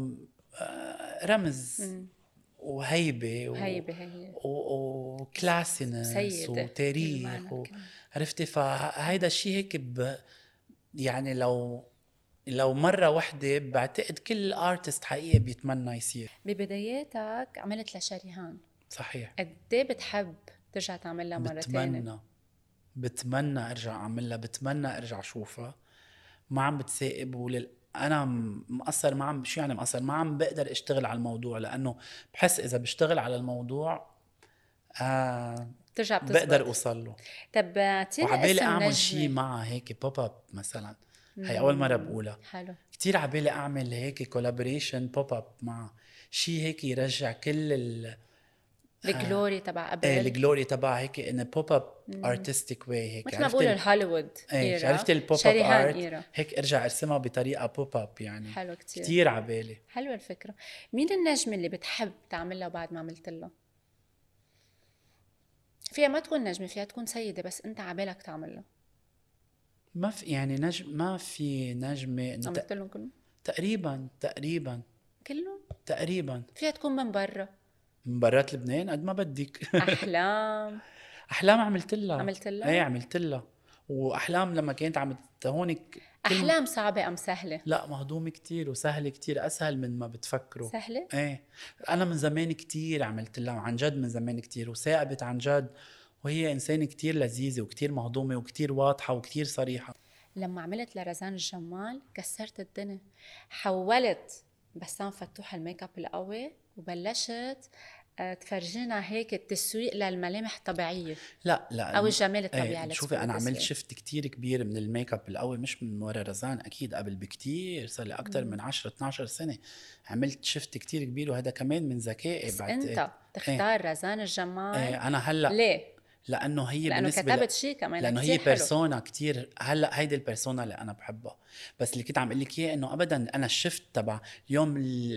رمز وهيبة هيبة هي وكلاسينس سيدة وتاريخ بالمعنى الكلمة. عرفتي؟ فهيدا الشيء هيك يعني لو مرة واحدة بعتقد كل ارتست حقيقي بيتمنى يصير. ببداياتك عملت لشريهان، صحيح. قد ايه بتحب ترجع تعملها مرة تانية؟ بتمنى ارجع اعملها، بتمنى ارجع اشوفها. ما عم بتسائب انا مقصر، ما عم شو يعني مقصر، ما عم بقدر اشتغل على الموضوع، لانه بحس اذا بشتغل على الموضوع بترجع بقدر بتزبط. اوصل له. طب اعطيني وعبالي اسم اعمل شيء نجمة. مع هيك بوب اب مثلا، هي اول مره بقولها. حلو. كتير عبالي اعمل هيك كولابوريشن بوب اب مع شيء هيك يرجع كل الجلوري تبع قبل. الجلوري تبع هيك ان بوب اب ارتستيك واي، هيك مثل ما عرفت بقولوا الهوليوود ايه ايرا، عرفت البوب اب شريهان ارت، ايرا. هيك ارجع ارسمها بطريقه بوب اب يعني. حلو كتير. كتير عبالي. حلوة الفكرة. مين النجمة اللي بتحب تعملها بعد ما عملت لها؟ فيها ما تكون نجمة، فيها تكون سيدة بس انت عبالك تعملها. ما في يعني ما في نجمه انه عملت لهم كلهم؟ تقريبا كلهم؟ تقريبا. فيها تكون من برا. من برات لبنان قد ما بدك. احلام. احلام عملت لها. عملت لها؟ ايه عملت لها. واحلام لما كانت عم هونك احلام صعبة ام سهلة؟ لا، مهضومه كتير وسهله كتير، اسهل من ما بتفكروا. سهلة؟ ايه. انا من زمان كتير عملت لها، عن جد من زمان كتير، وثاقبت عن جد. وهي انسانه كتير لذيذه وكتير مهضومه وكتير واضحه وكتير صريحه. لما عملت لرزان الجمال كسرت الدنيا، حولت بسام فتوح الميك اب القوي وبلشت تفرجينا هيك التسويق للملامح الطبيعية لا او الجمال الطبيعي. ايه let's شوفي، put it انا this عملت way. شفت كتير كبير من الميك اب القوي، مش من ورا رزان، اكيد قبل بكتير، صار لي اكثر من 10 12 سنه عملت شفت كتير كبير، وهذا كمان من ذكائي. بس بعد انت تختار رزان الجمال. ايه انا هلا ليه؟ لانه هي لانه بالنسبه كتبت شيء كمان لانه كتير هي حلو. بيرسونا كتير. هلا هيدي البيرسونا اللي انا بحبها. بس اللي كنت عم اقول لك اياه انه ابدا انا الشفت تبع اليوم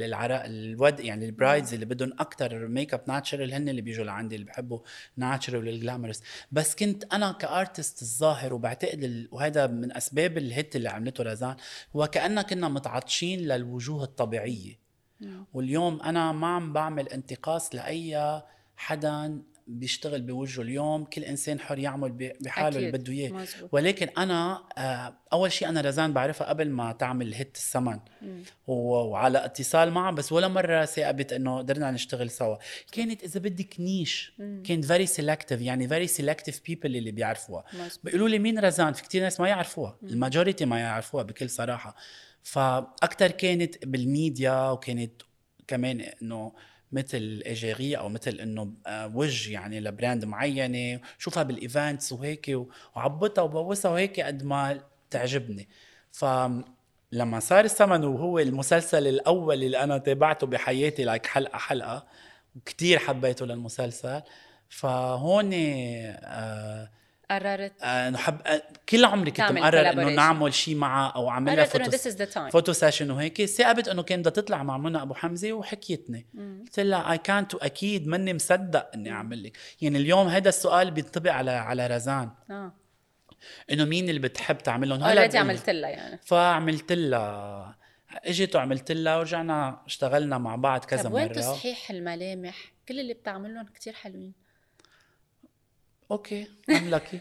يعني البرايدز اللي بدهم اكثر ميك اب ناتشرال هن اللي بيجوا لعندي، اللي بحبوا ناتشرال والجلامرس. بس كنت انا كارتست الظاهر، وبعتقد وهذا من اسباب الهيت اللي عملته رزان، هو كأننا كنا متعطشين للوجوه الطبيعيه. واليوم انا ما عم بعمل انتقاص لاي حدا بيشتغل بوجهه. اليوم كل انسان حر يعمل بحاله اللي بده اياه. ولكن انا اول شيء انا رزان بعرفها قبل ما تعمل هيت السمن، وعلى اتصال معها، بس ولا مره ثاقبت انه قدرنا نشتغل سوا. كانت اذا بدك نيش، كانت فيري سيلكتيف، يعني فيري سيلكتيف بيبل اللي بيعرفوها. بيقولوا لي مين رزان؟ في كتير ناس ما يعرفوها، الماجوريتي ما يعرفوها بكل صراحه. فاكتر كانت بالميديا، وكانت كمان انه مثل ايجيري او مثل انه وجه يعني لبراند معينه، شوفها بالايفنتس وهيك، وعبطها وبوسها وهيك قد ما تعجبني. فلما صار الثمن، وهو المسلسل الاول اللي انا تابعته بحياتي لايك حلقه حلقه، وكتير حبيته للمسلسل، فهون قررت نحب كل عمري كنت مقرر انه نعمل شيء معها او اعمل لها فوتو سيشن وهيك. ثاقبت انه كان بدها تطلع مع منى ابو حمزه، وحكيتني قلت لها اي كانت، واكيد ماني مصدق اني اعمل لك. يعني اليوم هذا السؤال بينطبق على رزان، انه مين اللي بتحب تعمل لهم. اوريدي عملت لها يعني. فعملت لها اجيت وعملت لها ورجعنا اشتغلنا مع بعض كذا طب وين مرة. تصحيح الملامح؟ كل اللي بتعملهم كتير حلوين. اوكي مملكي.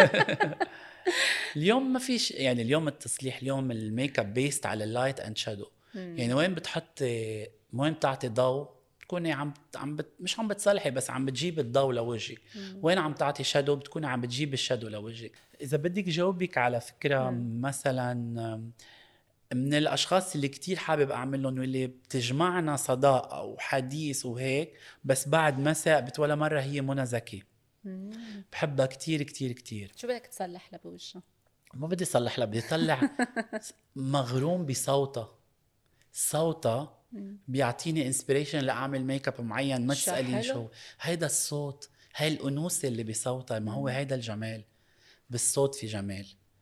اليوم ما فيش يعني، اليوم التصليح، اليوم الميك اب بيست على اللايت اند شادو. يعني وين بتحطي، وين بتعطي ضوء بتكوني مش عم بتصلحي بس عم بتجيب الضوء لوجهك. وين عم تعطي شادو بتكوني عم بتجيب الشادو لوجهك. اذا بدك جاوبك على فكرة مثلا، من الاشخاص اللي كتير حابب اعملهم واللي بتجمعنا صداقة وحديث وهيك، بس بعد مساء ولا مرة، هي منى زكي. بحبها كتير كتير كتير. شو بدك تصلح لها بوجهها؟ ما بدي صلح لها، بدي طلع مغروم بصوتها. صوتها بيعطيني انسبيريشن لاعمل ميك اب معين. ما تسالين شو هيدا الصوت، هاي الانوثه اللي بصوتها. ما هو هيدا الجمال، بالصوت في جمال،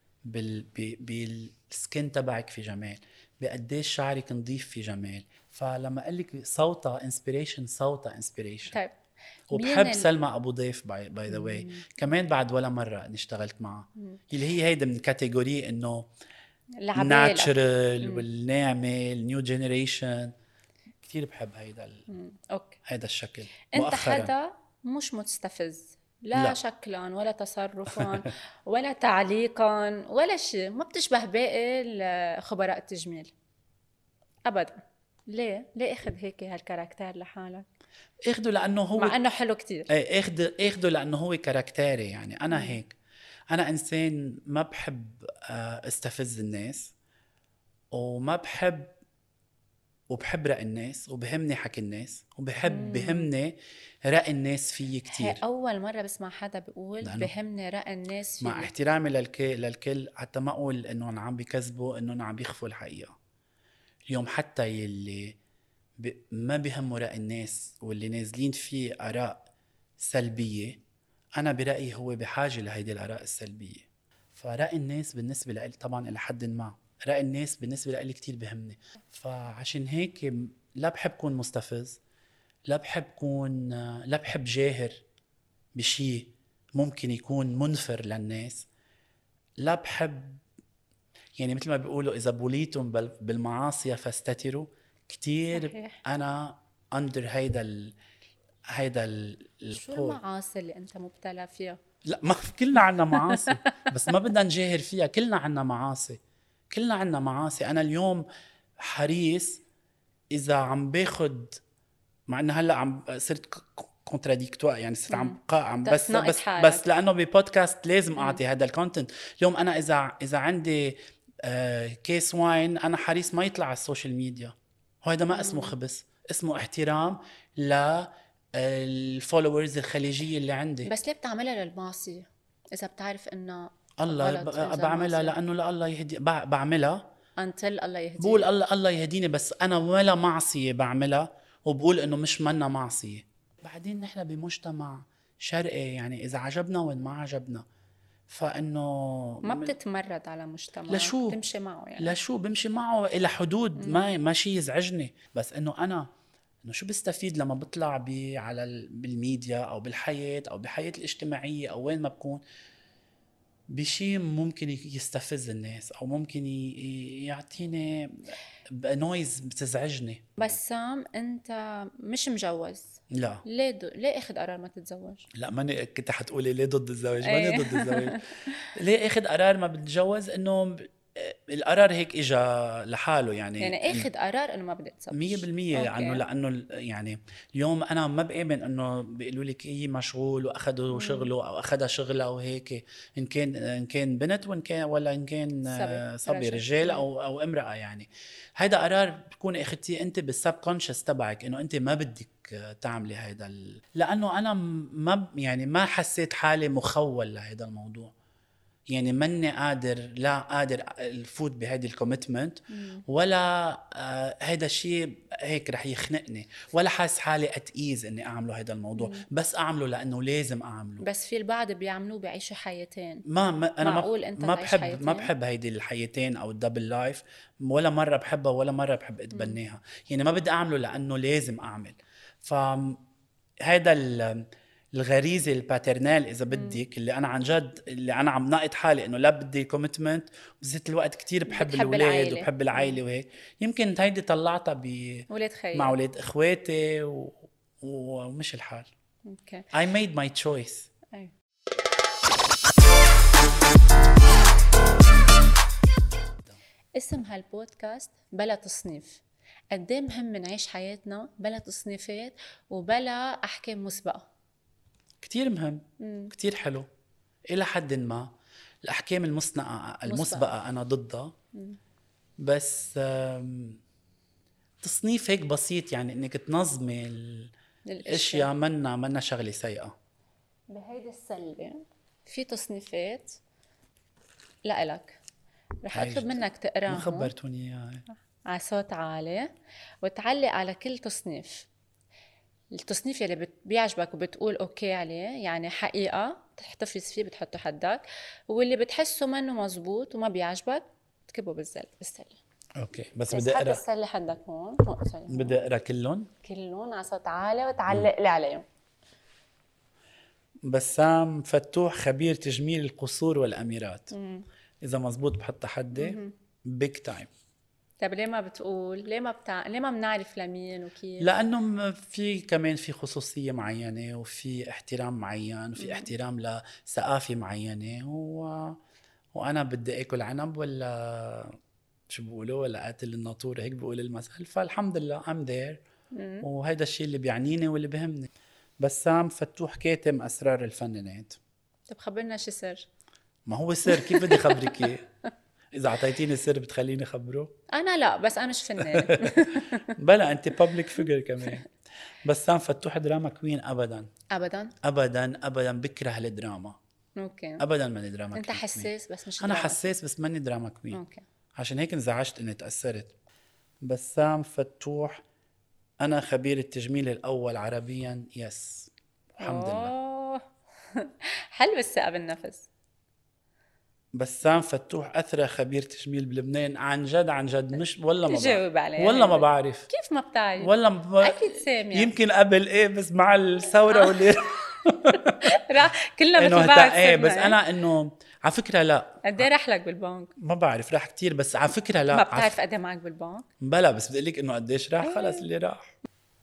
بالسكين تبعك في جمال، بقديش شعرك نظيف في جمال. فلما اقول لك صوتها انسبيريشن، صوتها انسبيريشن. طيب وبحب سلمى ابو ضيف باي ذا واي كمان، بعد ولا مره اني اشتغلت معها، اللي هي هيدا من كاتيجوري انه ناتشرال والناعمه النيو جينيريشن. كثير بحب اوكي هيدا الشكل. انت مؤخرا حدا مش مستفز، لا شكلا ولا تصرفا ولا تعليقا ولا شيء، ما بتشبه باقي خبراء التجميل ابدا. ليه اخذ هيك هالكاركتير لحالك؟ اخده لانه هو، مع انه حلو كتير. ايه اخده لانه هو كاركتيري. يعني انا هيك، انا انسان ما بحب استفز الناس، وما بحب، وبحب رأي الناس، وبهمني حكي الناس، بهمني رأي الناس فيي كتير. اول مره بسمع حدا بيقول بهمني رأي الناس فيي. مع احترامي للكل حتى ما اقول انه انا عم بيكذبوا، انه انا عم بيخفوا الحقيقه. اليوم حتى يلي ما بيهموا رأي الناس واللي نازلين فيه آراء سلبية، أنا برأيي هو بحاجة لهيدي الآراء السلبية. فرأي الناس بالنسبة لي طبعا إلى حد ما، رأي الناس بالنسبة لي كتير بهمني. فعشان هيك لا بحب كون مستفز، لا بحب جاهر بشي ممكن يكون منفر للناس. لا بحب، يعني مثل ما بيقولوا إذا بوليتم بالمعاصي فاستتروا. كتير صحيح. أنا أندر هيدا شو المعاصي اللي أنت مبتلى فيها؟ لا ما كلنا عنا معاصي بس ما بدنا نجاهر فيها. كلنا عنا معاصي، كلنا عنا معاصي. أنا اليوم حريص إذا عم باخد، مع إنه هلأ عم صرت كونتراديكتوار، يعني صرت عم بس لأنه ببودكاست لازم أعطي هذا الكونتنت. اليوم أنا إذا عندي كيس واين، أنا حريص ما يطلع على السوشيال ميديا. وهذا ما اسمه خبث، اسمه احترام للفولورز الخليجية اللي عندي. بس ليه بتعملها للمعصية إذا بتعرف إنه الله بعملها لأنه لا الله يهدي، بعملها أنتل الله يهدي، بقول الله يهديني. بس أنا ولا معصية بعملها وبقول إنه مش منا معصية. بعدين نحن بمجتمع شرقي، يعني إذا عجبنا وإن ما عجبنا، فإنه ما بتتمرد على مجتمع، لشو بتمشي معه، يعني لشو بمشي معه إلى حدود ما شيء يزعجني. بس إنه أنا إنه شو بستفيد لما بطلع بالميديا أو بالحياة أو بحياة الاجتماعية أو وين ما بكون بشي ممكن يستفز الناس أو ممكن يعطيني نويز بتزعجني. بسام أنت مش مجوز؟ لا. ليه أخذ قرار ما تتزوج؟ لا ماني كنت حتقولي ليه ضد الزواج. ماني ضد الزواج. ليه أخذ قرار ما بتجوز؟ إنه القرار هيك إجا لحاله. يعني أخذ قرار إنه ما بدي أتزوج 100% عنه. لأنه يعني اليوم أنا ما بآمن إنه بيقولوا لك إيه مشغول وأخذوا شغله أو أخذها شغله وهيك، إن كان بنت ولا إن كان صبي رجال أو امرأة. يعني هيدا قرار بتكون أخذتيه أنت بالسبكونشس تبعك، إنه أنت ما بدك تعملي هيدا لأنه أنا ما حسيت حالي مخول لهيدا الموضوع. يعني مني لا قادر الفوت بهيدي الكوميتمنت، ولا هيدا الشيء هيك رح يخنقني، ولا حاس حالي اتقيز اني اعمله هيدا الموضوع. بس اعمله لانه لازم اعمله. بس في البعض بيعملوه بعيشوا حياتين. انا ما بحب هيدي الحياتين او الدبل لايف. ولا مره بحبها ولا مره بحب اتبناها. يعني ما بدي اعمله لانه لازم اعمل. فهيدا الغريزه الباترنال اذا بدك، اللي انا عن جد اللي انا عم ناقد حالي انه لا بدي كوميتمنت، بزيت الوقت كتير بحب الاولاد وبحب العائله وهيك. يمكن هيدي طلعتها ولاد خيي مع اولاد اخواتي ومش الحال. اوكي I made my choice. أي. اسم هالبودكاست بلا تصنيف. قد ايه مهم نعيش حياتنا بلا تصنيفات وبلا احكام مسبقه. كتير مهم. كتير حلو الى حد ما. الاحكام المسبقه انا ضدها. بس تصنيف هيك بسيط، يعني انك تنظمي الاشياء منا شغله سيئه. بهيدي السله في تصنيفات لإلك، رح اطلب منك تقراهم. ما خبرتوني اياها على صوت عالي وتعلق على كل تصنيف. التصنيف اللي بيعجبك وبتقول اوكي عليه، يعني حقيقه تحتفظ فيه بتحطه حدك، واللي بتحسه منه مزبوط وما بيعجبك تكبه بالسله. اوكي بس بدي اقرا السله حدك هون. بدي اقرا كلهم على صوت عالي وتعلق لي عليهم. بسام فتوح خبير تجميل القصور والاميرات. اذا مزبوط بحط حدي بيج تايم. طيب ليه ما بتقول؟ ليه ما بنعرف لمين وكيف؟ لانه في كمان في خصوصيه معينه وفي احترام معين وفي احترام لثقافه معينه وانا بدي اكل عنب ولا شو بيقولوا ولا قاتل الناطور، هيك بقول المثل. فالحمد لله I'm there وهيدا الشيء اللي بيعنيني واللي بهمني. بسام فتوح كاتم اسرار الفنانات. طب خبرنا شو سر. ما هو سر، كيف بدي خبرك اياه؟ اذا اعطيتيني سر بتخليني خبره؟ انا لا، بس انا مش فنان. بلا انت بابليك فيجر كمان. بسام فتوح دراما كوين ابدا ابدا ابدا ابدا. بكره الدراما. اوكي ابدا ماني دراما انت كوين. حساس بس مش انا دراما. حساس بس ماني دراما كوين. اوكي عشان هيك انزعجت اني تاثرت. بسام فتوح انا خبير التجميل الاول عربيا. يس الحمد لله. حلو الثقه بالنفس. بسام فتوح اثرى خبير تجميل بلبنان. عن جد مش والله ما جاوب عليها. والله ما بعرف. كيف ما بتعرف؟ والله اكيد سامع. يمكن قبل ايه بس مع الثوره واللي كلنا مثل بعض. ايه بس انا انه على فكره لا. قد ايه رح لك بالبنك؟ ما بعرف، راح كتير بس على فكره لا. ما بتعرف قد ايه معك بالبنك؟ بلا بس بدي لك انه قديش راح. خلص اللي راح.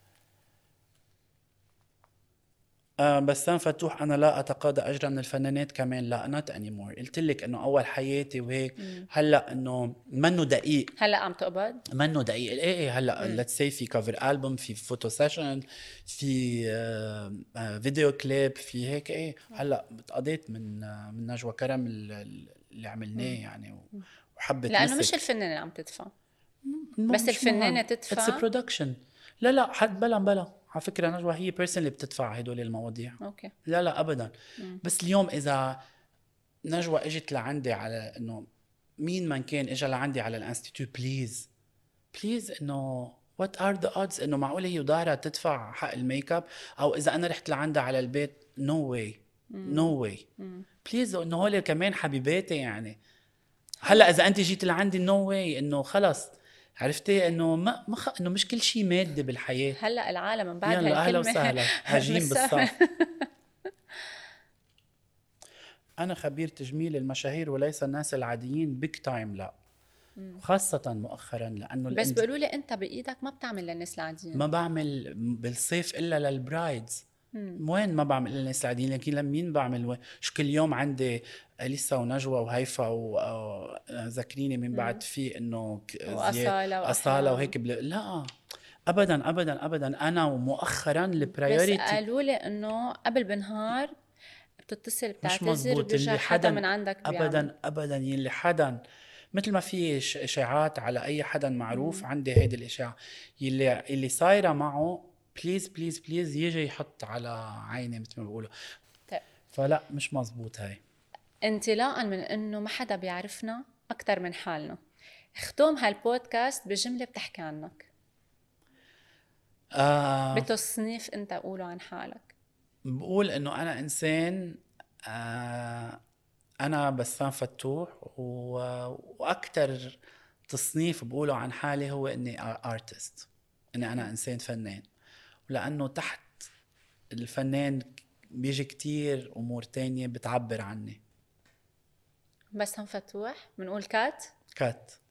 بسام فتوح انا لا اتقاضى اجرا من الفنانات كمان. لا نوت اني مور. قلت لك انه اول حياتي وهيك. هلا انه منه دقيق. هلا عم تقبض؟ منه دقيق. ايه هلا ليتس سي في كفر البوم، في فوتو سيشن، في فيديو كليب، في هيك. ايه هلا قضيت من نجوى كرم اللي عملناه يعني وحبت لانه مش الفنانه اللي عم تدفع بس الفنانه تدفع. اتس برودكشن. لا حد بلا على فكره نجوى هي بيرسون اللي بتدفع هدول المواضيع. اوكي لا ابدا. بس اليوم اذا نجوى اجت لعندي على انه مين ما كان اجى لعندي على الانستيتيوت بليز انه what are the odds انه معقوله هي ودارها تدفع حق الميك اب؟ او اذا انا رحت لعندها على البيت no way بليز. انه هول كمان حبيباتي يعني. هلا اذا انت جيت لعندي no way انه خلص عرفتي انه انه مش كل شيء ماده بالحياه. هلا العالم من بعد هالكلمه اهلا وسهلا هجين بالصف. انا خبير تجميل المشاهير وليس الناس العاديين. بيج تايم لا. خاصة مؤخرا لأنه بس بيقولوا لي أنت بإيدك ما بتعمل للناس العاديين. ما بعمل بالصيف إلا للبرايدز. وين ما بعمل إلا للناس العاديين. لكن لمين بعمل وين؟ شو كل يوم عندي أليسا ونجوى وهيفا وذكريني من بعد في إنه أصالة وهيك لا أبدا. أنا ومؤخرا البرايوريتي. بس قالوا لي إنه قبل بنهار بتتصل بتعتذر بيرجع حدا من عندك أبدا يلي حدا مثل ما في إشاعات على أي حدا معروف. عندي هيدي الإشاعة اللي صايرة معه بليز يجي يحط على عيني مثل ما بيقولوا. فلا مش مزبوط هاي. انطلاقا من إنه ما حدا بيعرفنا أكتر من حالنا، اختم هالبودكاست بجملة بتحكي عنك بتصنيف أنت قوله عن حالك. بقول إنه أنا إنسان. أنا بسام فتوح وأكتر تصنيف بقوله عن حالي هو إني artist. إني أنا إنسان فنان. ولأنه تحت الفنان بيجي كتير أمور تانية بتعبر عني. بس هم فتوح بنقول كات. كات.